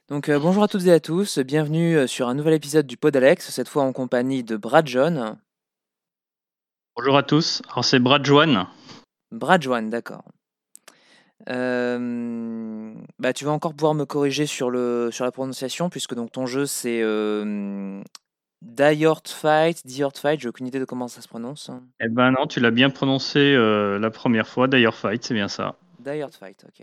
Donc bonjour à toutes et à tous, bienvenue sur un nouvel épisode du Pod Alex, cette fois en compagnie de Brad John. Bonjour à tous, alors c'est Brad Joanne. Brad Joan, d'accord. Tu vas encore pouvoir me corriger sur la prononciation, puisque donc ton jeu c'est Die Hard Fight, j'ai aucune idée de comment ça se prononce. Eh ben non, tu l'as bien prononcé la première fois, d'ailleurs Fight, c'est bien ça. Die Hard Fight, ok.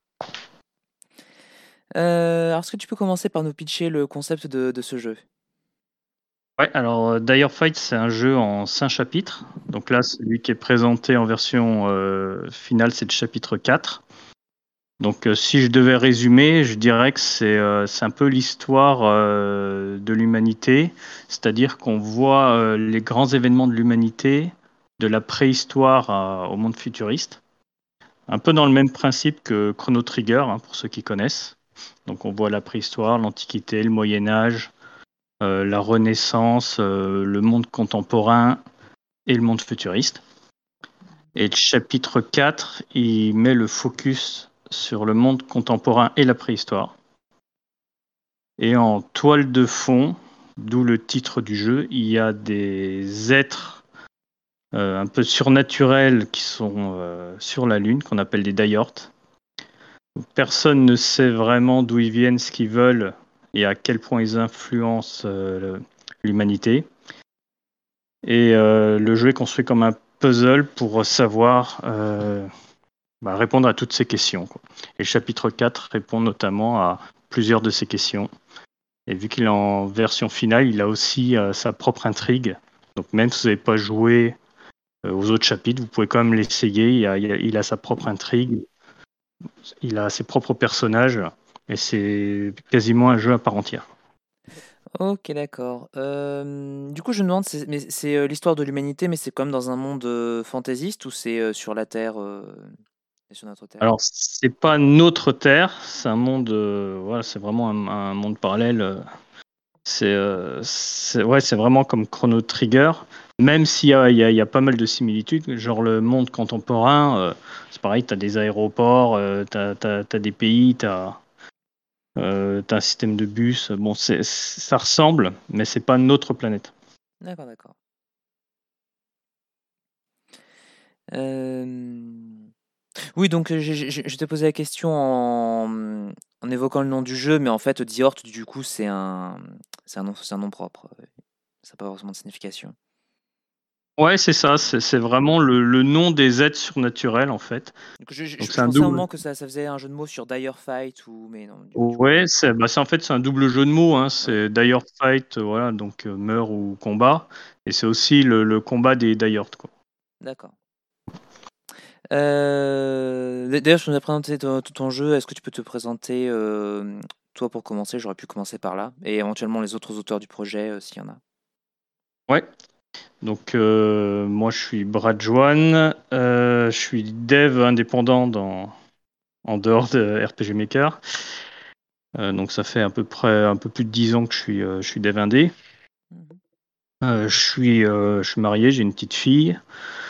Alors est-ce que tu peux commencer par nous pitcher le concept de ce jeu? Ouais, alors Dire Fight, c'est un jeu en 5 chapitres. Donc là, celui qui est présenté en version finale, c'est le chapitre 4. Donc si je devais résumer, je dirais que c'est un peu l'histoire de l'humanité, c'est-à-dire qu'on voit les grands événements de l'humanité, de la préhistoire au monde futuriste. Un peu dans le même principe que Chrono Trigger, hein, pour ceux qui connaissent. Donc on voit la préhistoire, l'Antiquité, le Moyen Âge, la Renaissance, le monde contemporain et le monde futuriste. Et le chapitre 4, il met le focus sur le monde contemporain et la préhistoire. Et en toile de fond, d'où le titre du jeu, il y a des êtres un peu surnaturels qui sont sur la Lune, qu'on appelle des Dayort. Personne ne sait vraiment d'où ils viennent, ce qu'ils veulent et à quel point ils influencent l'humanité. Et le jeu est construit comme un puzzle pour savoir répondre à toutes ces questions, quoi. Et le chapitre 4 répond notamment à plusieurs de ces questions. Et vu qu'il est en version finale, il a aussi sa propre intrigue. Donc même si vous n'avez pas joué aux autres chapitres, vous pouvez quand même l'essayer. Il a sa propre intrigue, il a ses propres personnages, et c'est quasiment un jeu à part entière. Ok, d'accord. Du coup, je me demande, mais c'est l'histoire de l'humanité, mais c'est comme dans un monde fantaisiste ou c'est sur la Terre, et sur notre Terre? Alors, c'est pas notre Terre, c'est un monde, voilà, c'est vraiment un monde parallèle. Ouais, c'est vraiment comme Chrono Trigger, même s'il y a pas mal de similitudes. Genre le monde contemporain, c'est pareil, tu as des aéroports, t'as des pays, t'as un système de bus. Bon, ça ressemble, mais c'est pas notre planète. D'accord, d'accord. Hem, oui, donc je t'ai posé la question en évoquant le nom du jeu, mais en fait, Diort, du coup, c'est un nom propre, ça n'a pas forcément de signification. Ouais, c'est ça, c'est vraiment le nom des êtres surnaturels en fait. Donc je Donc c'est je un pensais à un double. moment que ça faisait un jeu de mots sur Dire Fight ou mais non, du coup, Ouais, en fait c'est un double jeu de mots, hein. oui, C'est Die Hard Fight, voilà, donc meurt ou combat, et c'est aussi le combat des Die Hard, quoi. d'accord. D'ailleurs, je nous ai présenté ton jeu. Est-ce que tu peux te présenter, toi, pour commencer? J'aurais pu commencer par là et éventuellement les autres auteurs du projet, s'il y en a. Ouais. Donc moi je suis Brad Joanne, je suis dev indépendant en dehors de RPG Maker. Donc ça fait à peu près un peu plus de 10 ans que je suis dev indé. Mmh. Je suis marié, j'ai une petite fille.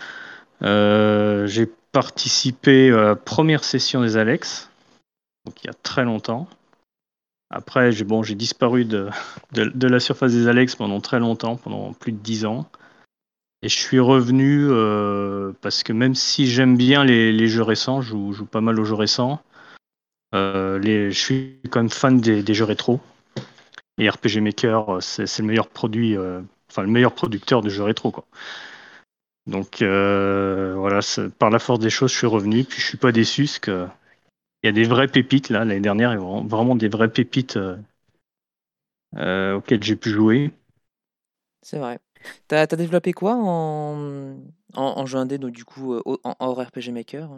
J'ai participé à la première session des Alex, donc il y a très longtemps. Après, j'ai disparu de la surface des Alex pendant très longtemps, pendant plus de 10 ans. Et je suis revenu parce que même si j'aime bien les jeux récents, je joue pas mal aux jeux récents, je suis quand même fan des jeux rétro. Et RPG Maker, c'est le meilleur produit, enfin le meilleur producteur de jeux rétro, quoi. Donc voilà, par la force des choses, je suis revenu, puis je suis pas déçu, parce que il y a des vraies pépites là. L'année dernière, il y a vraiment des vraies pépites auxquelles j'ai pu jouer. C'est vrai. T'as développé quoi en jeu indé, donc du coup, en hors RPG Maker?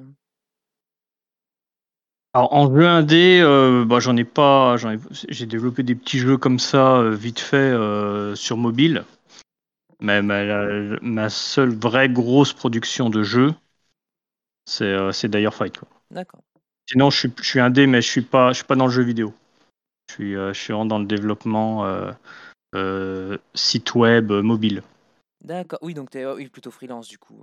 Alors en jeu indé, j'ai développé des petits jeux comme ça, vite fait, sur mobile. Mais ma seule vraie grosse production de jeu, c'est Dire Fight, quoi. D'accord. Sinon, je suis indé, mais je suis pas dans le jeu vidéo. Je suis vraiment dans le développement site web, mobile. D'accord. Oui, donc t'es oui, plutôt freelance du coup,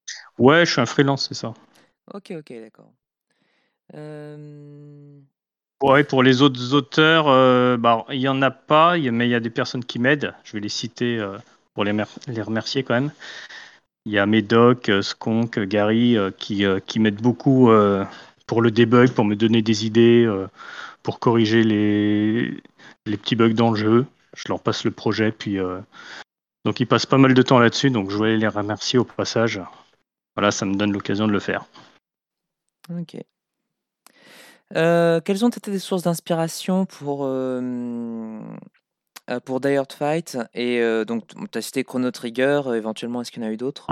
Ouais, je suis un freelance, c'est ça. OK, OK, d'accord. Hem Ouais, pour les autres auteurs, bah, il y en a pas, mais il y a des personnes qui m'aident. Je vais les citer pour les remercier quand même. Il y a Médoc, Skunk, Gary qui m'aident beaucoup pour le debug, pour me donner des idées, pour corriger les petits bugs dans le jeu. Je leur passe le projet, puis donc ils passent pas mal de temps là-dessus, donc je voulais les remercier au passage. Voilà, ça me donne l'occasion de le faire. Ok. Quelles ont été tes sources d'inspiration pour Die Hard Fight? Et donc, tu as cité Chrono Trigger, éventuellement, est-ce qu'il y en a eu d'autres?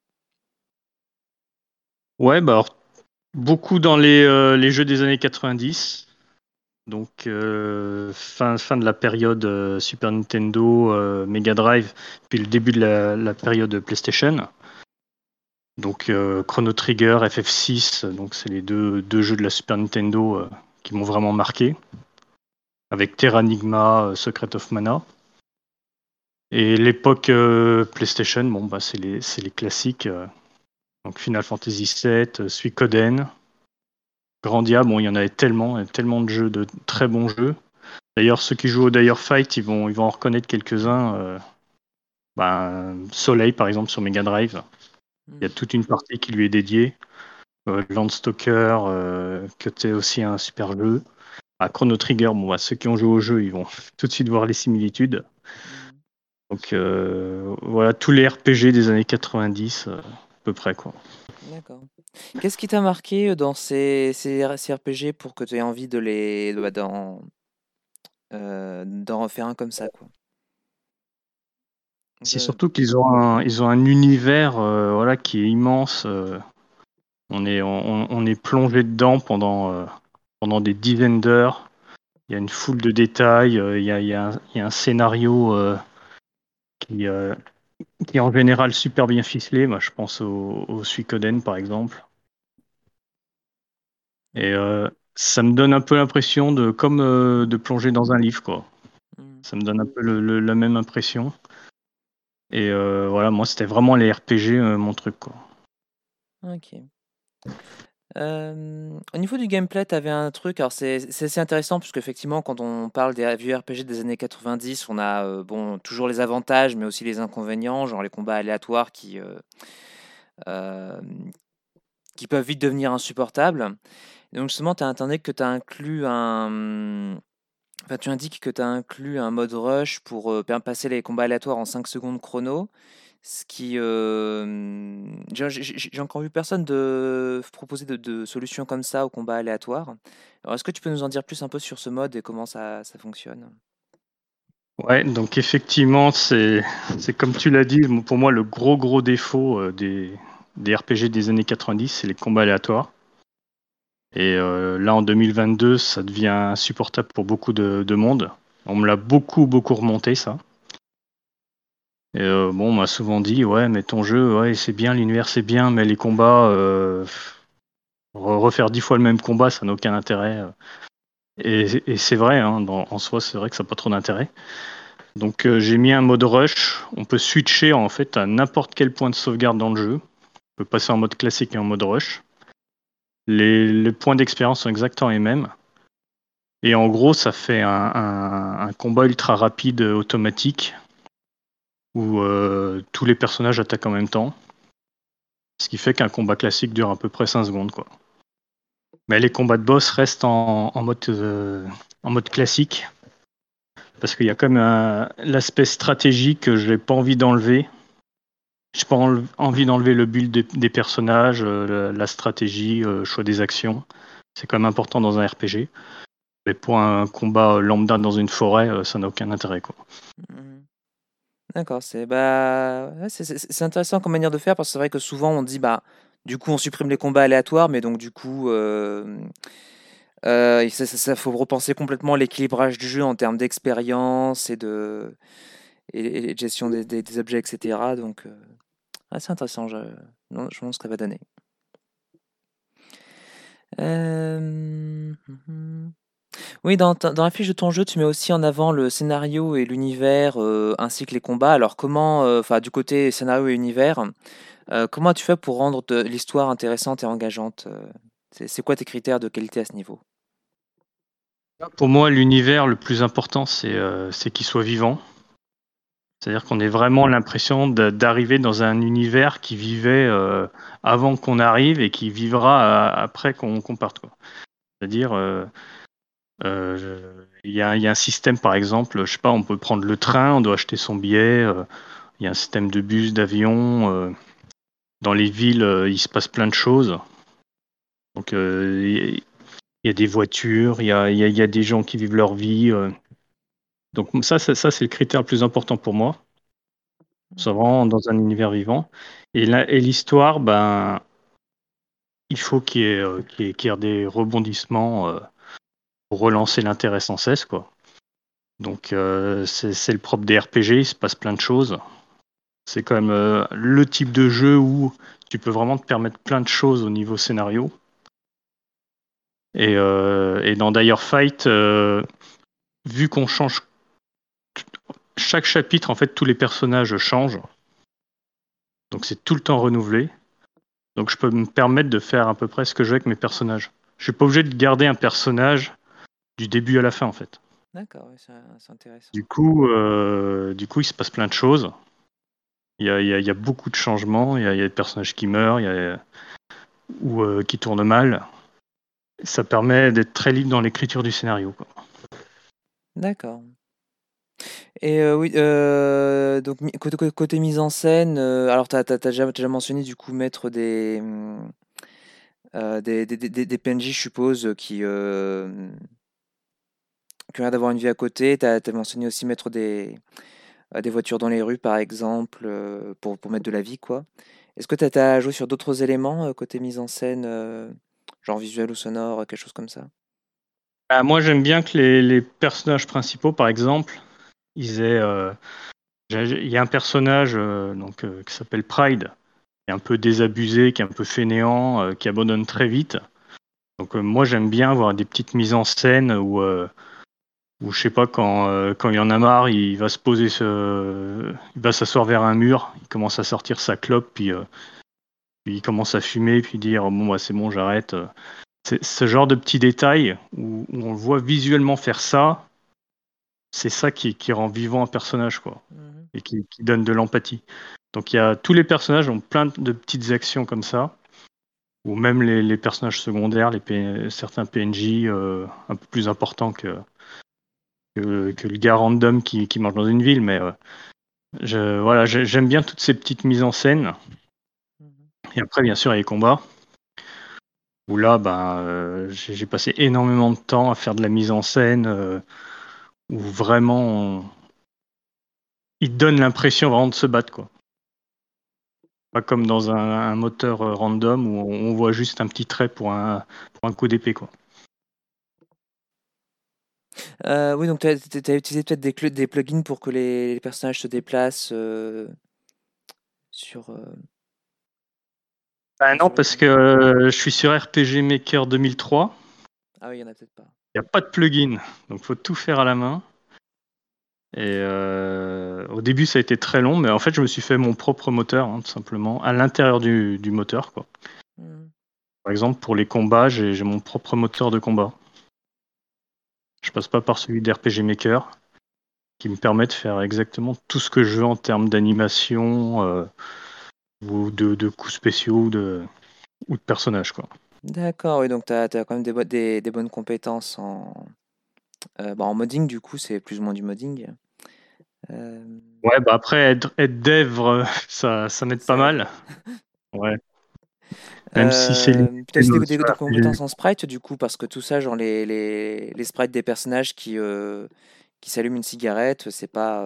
Ouais, bah alors, beaucoup dans les jeux des années 90. Donc fin de la période Super Nintendo, Mega Drive, puis le début de la période PlayStation. Donc Chrono Trigger, FF6, donc c'est les deux jeux de la Super Nintendo qui m'ont vraiment marqué. Avec Terranigma, Secret of Mana. Et l'époque PlayStation, bon bah c'est les classiques. Donc Final Fantasy VII, Suikoden, Grandia, bon il y en avait tellement de jeux, de très bons jeux. D'ailleurs, ceux qui jouent au Dire Fight, ils vont en reconnaître quelques-uns. Soleil, par exemple, sur Mega Drive. Il y a toute une partie qui lui est dédiée. Landstalker, que c'est aussi un super jeu. Chrono Trigger, bon, ceux qui ont joué au jeu, ils vont tout de suite voir les similitudes. Mhm. Donc voilà, tous les RPG des années 90, à peu près, quoi. D'accord. Qu'est-ce qui t'a marqué dans ces RPG pour que tu aies envie d'en refaire un comme ça, quoi? C'est De- surtout qu'ils ont un univers voilà, qui est immense. On est plongé dedans pendant des dizaines d'heures. Il y a une foule de détails. Il y a un scénario qui, euh, qui est en général super bien ficelé. Moi, je pense au Suikoden, par exemple. Et Ok. ça me donne un peu l'impression de plonger dans un livre, quoi. Mhm. Ça me donne un peu la même impression. Et voilà, moi, c'était vraiment les RPG, mon truc, quoi. Ok. Au niveau du gameplay, tu avais un truc, alors c'est assez intéressant parce qu'effectivement, quand on parle des vieux RPG des années 90, on a bon, toujours les avantages, mais aussi les inconvénients, genre les combats aléatoires euh, qui peuvent vite devenir insupportables. Et donc justement, tu as indiqué que tu as inclus enfin, tu indiques que tu as inclus un mode rush pour passer les combats aléatoires en 5 secondes chrono. Ce qui, j'ai encore vu personne proposer de solutions comme ça au combat aléatoire. Alors, est-ce que tu peux nous en dire plus un peu sur ce mode et comment ça fonctionne? Ouais, donc effectivement, c'est comme tu l'as dit, pour moi, le gros défaut des RPG des années 90, c'est les combats aléatoires. Et là, en 2022, ça devient insupportable pour beaucoup de monde. On me l'a beaucoup remonté, ça. Et bon, on m'a souvent dit, ouais, mais ton jeu, ouais, c'est bien, l'univers, c'est bien, mais les combats, refaire 10 fois le même combat, ça n'a aucun intérêt. Et c'est vrai, hein, en soi, c'est vrai que ça n'a pas trop d'intérêt. Donc j'ai mis un mode rush. On peut switcher en fait à n'importe quel point de sauvegarde dans le jeu. On peut passer en mode classique et en mode rush. Les points d'expérience sont exactement les mêmes. Et en gros, ça fait un combat ultra rapide automatique où tous les personnages attaquent en même temps. Ce qui fait qu'un combat classique dure à peu près 5 secondes, quoi. Mais les combats de boss restent en mode classique. Parce qu'il y a quand même l'aspect stratégique que je n'ai pas envie d'enlever. J'ai pas envie d'enlever le build des personnages, la stratégie, le choix des actions. C'est quand même important dans un RPG. Mais pour un combat lambda dans une forêt, ça n'a aucun intérêt, quoi. Mhm. D'accord, ouais, c'est intéressant comme manière de faire parce que c'est vrai que souvent on dit bah du coup on supprime les combats aléatoires, mais donc du coup faut repenser complètement l'équilibrage du jeu en termes d'expérience et de gestion des objets, etc. Donc c'est intéressant, non, je me demande ce que ça va donner. Mhm. Oui, dans la fiche de ton jeu, tu mets aussi en avant le scénario et l'univers, ainsi que les combats. Alors comment, enfin du côté scénario et univers, comment tu fais pour rendre l'histoire intéressante et engageante? C'est quoi tes critères de qualité à ce niveau? Pour moi, l'univers le plus important, c'est qu'il soit vivant. C'est-à-dire qu'on ait vraiment l'impression d'arriver dans un univers qui vivait avant qu'on arrive et qui vivra après qu'on parte, quoi. C'est-à-dire, il y a un système, par exemple, je sais pas, on peut prendre le train, on doit acheter son billet, il y a un système de bus, d'avion, dans les villes, il se passe plein de choses. Donc, il y a des voitures, il y a des gens qui vivent leur vie. Donc ça, c'est le critère le plus important pour moi. C'est Mhm. vraiment dans un univers vivant. Et l'histoire, ben, il faut qu'il y ait des rebondissements pour relancer l'intérêt sans cesse, quoi. Donc c'est le propre des RPG, il se passe plein de choses. C'est quand même le type de jeu où tu peux vraiment te permettre plein de choses au niveau scénario. Et dans Dire Fight, vu qu'on change chaque chapitre, en fait, tous les personnages changent. Donc c'est tout le temps renouvelé. Donc je peux me permettre de faire à peu près ce que je veux avec mes personnages. Je suis pas obligé de garder un personnage du début à la fin, en fait. D'accord, ouais, c'est intéressant. Du coup, il se passe plein de choses. Il y a beaucoup de changements. Il y a des personnages qui meurent, ou qui tournent mal. Ça permet d'être très libre dans l'écriture du scénario, quoi. D'accord. Et oui, donc côté mise en scène, alors t'as déjà mentionné du coup mettre des PNJ, je suppose, qui ont l'air d'avoir une vie à côté. T'as mentionné aussi mettre des voitures dans les rues, par exemple, pour mettre de la vie, quoi. Est-ce que t'as joué sur d'autres éléments côté mise en scène, genre visuel ou sonore, quelque chose comme ça? Ah, moi, j'aime bien que les personnages principaux, par exemple, ils aient. Il y a un personnage qui s'appelle Pride, qui est un peu désabusé, qui est un peu fainéant, qui abandonne très vite. Donc moi, j'aime bien avoir des petites mises en scène où je sais pas, quand il en a marre, il va s'asseoir vers un mur, il commence à sortir sa clope, puis il commence à fumer, puis dire bon bah c'est bon, j'arrête. C'est ce genre de petits détails où on le voit visuellement faire ça, c'est ça qui rend vivant un personnage, quoi, Mhm. et qui donne de l'empathie. Donc tous les personnages ont plein de petites actions comme ça, ou même les personnages secondaires, certains PNJ un peu plus importants que le gars random qui marche dans une ville, mais voilà, j'aime bien toutes ces petites mises en scène. Mhm. Et après, bien sûr, il y a les combats, où là, ben, j'ai passé énormément de temps à faire de la mise en scène, où vraiment, il te donne l'impression vraiment de se battre, quoi. Pas comme dans un moteur random où on voit juste un petit trait pour un coup d'épée, quoi. Oui, donc tu as utilisé peut-être des plugins pour que les personnages se déplacent sur, Ah non, sur parce l'écran. que je suis sur RPG Maker 2003, Ah oui, il y en a peut-être pas. il n'y a pas de plugin, donc faut tout faire à la main. Et au début, ça a été très long, mais en fait, je me suis fait mon propre moteur, hein, tout simplement, à l'intérieur du moteur, quoi. Mhm. Par exemple, pour les combats, j'ai mon propre moteur de combat. Je passe pas par celui d'RPG Maker, qui me permet de faire exactement tout ce que je veux en termes d'animation, ou de coups spéciaux, ou de personnages, quoi. D'accord, oui, donc tu as quand même des bonnes compétences en modding, du coup, c'est plus ou moins du modding. Euh, Ouais, bah après, être dev, ça m'aide pas Ça aide, mal. ouais. Ouais. Même si c'est limité Puis t'as aussi sur des RPG. compétences en sprite, du coup, parce que tout ça, genre les sprites des personnages qui s'allument une cigarette, c'est pas.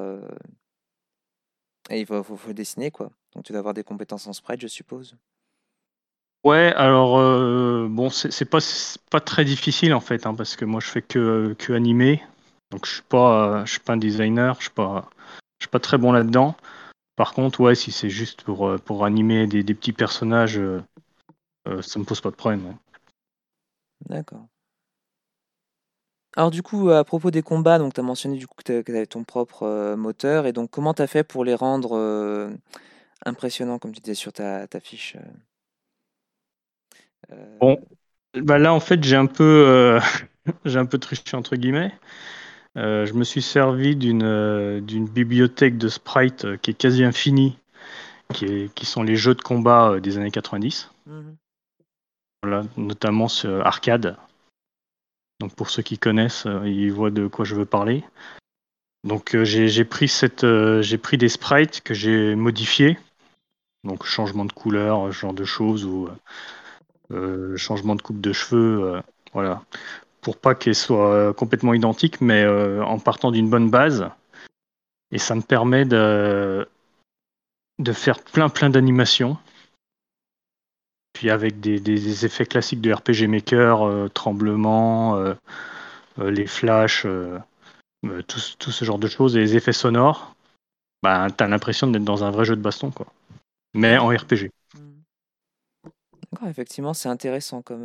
Et faut dessiner, quoi. Donc tu dois avoir des compétences en sprite, je suppose. Ouais, alors bon, c'est pas très difficile en fait, hein, parce que moi je fais que animer, donc je suis pas un designer, je suis pas très bon là-dedans. Par contre, ouais, si c'est juste pour animer des petits personnages, ça me pose pas de problème, ouais. D'accord. Alors du coup, à propos des combats, donc tu as mentionné du coup que tu avais ton propre moteur, et donc comment tu as fait pour les rendre impressionnants, comme tu disais sur ta fiche Bon, bah là en fait j'ai un peu j'ai un peu triché entre guillemets. Je me suis servi d'une bibliothèque de sprites qui est quasi infinie, qui sont les jeux de combat des années 90. Mhm. Voilà, notamment sur arcade. Donc pour ceux qui connaissent, ils voient de quoi je veux parler. Donc j'ai pris des sprites que j'ai modifiés, donc changement de couleur, ce genre de choses, ou changement de coupe de cheveux, voilà, pour pas qu'elles soient complètement identiques, mais en partant d'une bonne base. Et ça me permet de faire plein d'animations. Puis avec des effets classiques de RPG Maker, tremblements, les flashs, tout ce genre de choses, et les effets sonores, bah, t'as l'impression d'être dans un vrai jeu de baston, quoi. Mais en D'accord. RPG. Mhm. D'accord, effectivement, c'est intéressant comme.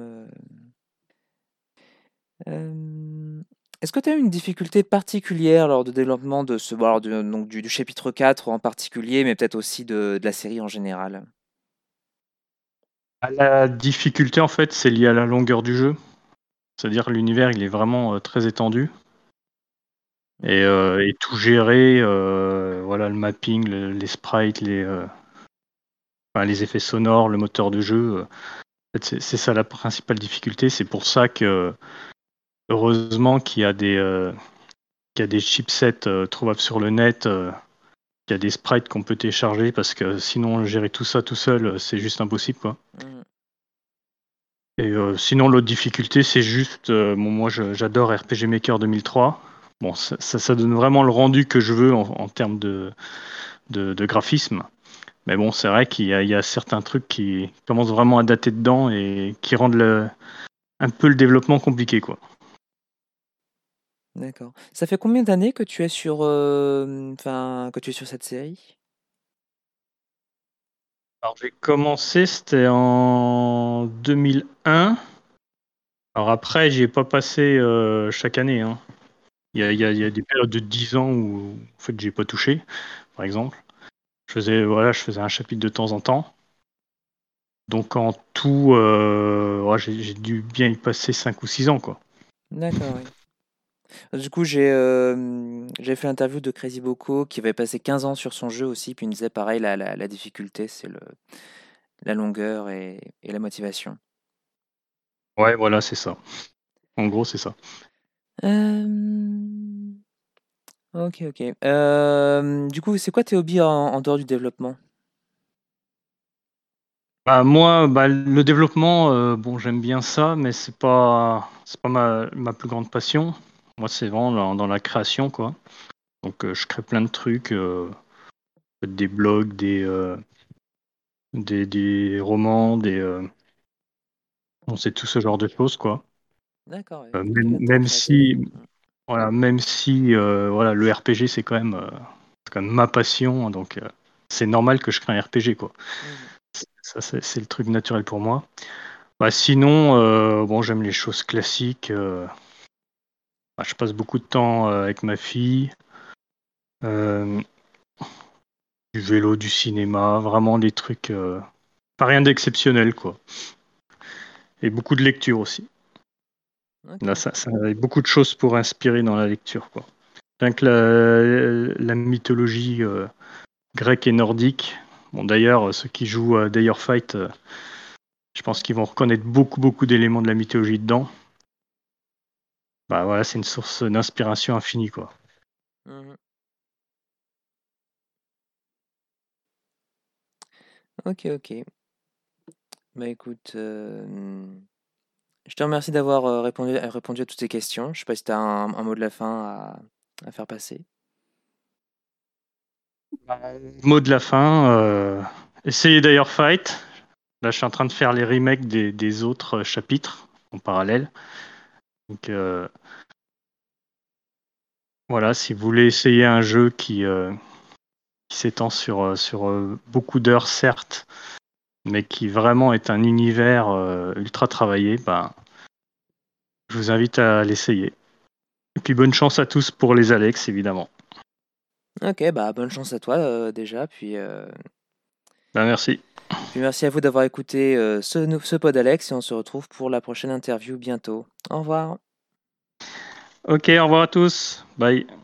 Est-ce que tu as eu une difficulté particulière lors du développement de ce, bon, alors, donc du chapitre 4 en particulier, mais peut-être aussi de la série en général? La difficulté, en fait, c'est lié à la longueur du jeu. C'est-à-dire que l'univers, il est vraiment très étendu. Mhm. Et tout gérer, voilà, le mapping, les sprites, enfin, les effets sonores, le moteur de jeu. En fait, c'est ça la principale difficulté. C'est pour ça que, heureusement, qu'il y a des chipsets trouvables sur le net, qu'il y a des sprites qu'on peut télécharger, parce que sinon, gérer tout ça tout seul, c'est juste impossible, quoi. Mhm. Et sinon, l'autre difficulté, c'est juste, bon, moi, j'adore RPG Maker 2003. Bon, ça donne vraiment le rendu que je veux en termes de graphisme. Mais bon, c'est vrai il y a certains trucs qui commencent vraiment à dater dedans et qui rendent un peu le développement compliqué, quoi. D'accord. Ça fait combien d'années que tu es sur, enfin, que tu es sur cette série? Alors j'ai commencé, c'était en 2001. Alors après, j'y ai pas passé chaque année, hein. Il y a des périodes de 10 ans où en fait j'ai pas touché, par exemple. Je faisais un chapitre de temps en temps. Donc en tout, ouais, j'ai dû bien y passer 5 ou 6 ans, quoi. D'accord, oui. Du coup, j'ai fait l'interview de Crazy Boko qui avait passé 15 ans sur son jeu aussi, puis il me disait pareil, la difficulté, c'est la longueur et la motivation. Ouais, voilà, c'est ça. En gros, c'est ça. Euh, Ok, ok. Du coup, c'est quoi tes hobbies en dehors du développement? Bah, moi, bah, le développement, bon, j'aime bien ça, mais c'est pas ma plus grande passion. Moi, c'est vraiment dans la création, quoi. Donc, je crée plein de trucs, des blogs, des romans, bon, c'est tout ce genre de choses, quoi. D'accord, ouais. Même, Quelqu'un de très créatif. même si, voilà, le RPG, c'est quand même ma passion, donc c'est normal que je crée un RPG, quoi. Mhm. Ça, c'est le truc naturel pour moi. Bah, sinon, bon, j'aime les choses classiques. Bah, je passe beaucoup de temps avec ma fille, euh, du vélo, du cinéma, vraiment des trucs, pas rien d'exceptionnel, quoi. Et beaucoup de lecture aussi. Ok, Là, ok. ça a beaucoup de choses pour inspirer dans la lecture, quoi. Rien que la mythologie grecque et nordique. Bon, d'ailleurs, ceux qui jouent à Day or Fight, je pense qu'ils vont reconnaître beaucoup d'éléments de la mythologie dedans. Bah voilà, c'est une source d'inspiration infinie, quoi. Mhm. Ok, ok. Bah écoute, je te remercie d'avoir répondu à toutes ces questions. Je sais pas si tu as un mot de la fin à faire passer. Mot de la fin, essayez d'ailleurs Fight. Là, je suis en train de faire les remakes des autres chapitres en parallèle. Donc voilà, si vous voulez essayer un jeu qui s'étend sur beaucoup d'heures, certes, mais qui vraiment est un univers ultra travaillé, ben, je vous invite à l'essayer. Et puis bonne chance à tous pour les Alex, évidemment. Ok, bah bonne chance à toi déjà, Ben, merci. puis merci à vous d'avoir écouté ce pod Alex et on se retrouve pour la prochaine interview bientôt. Au revoir. Ok, au revoir à tous. Bye.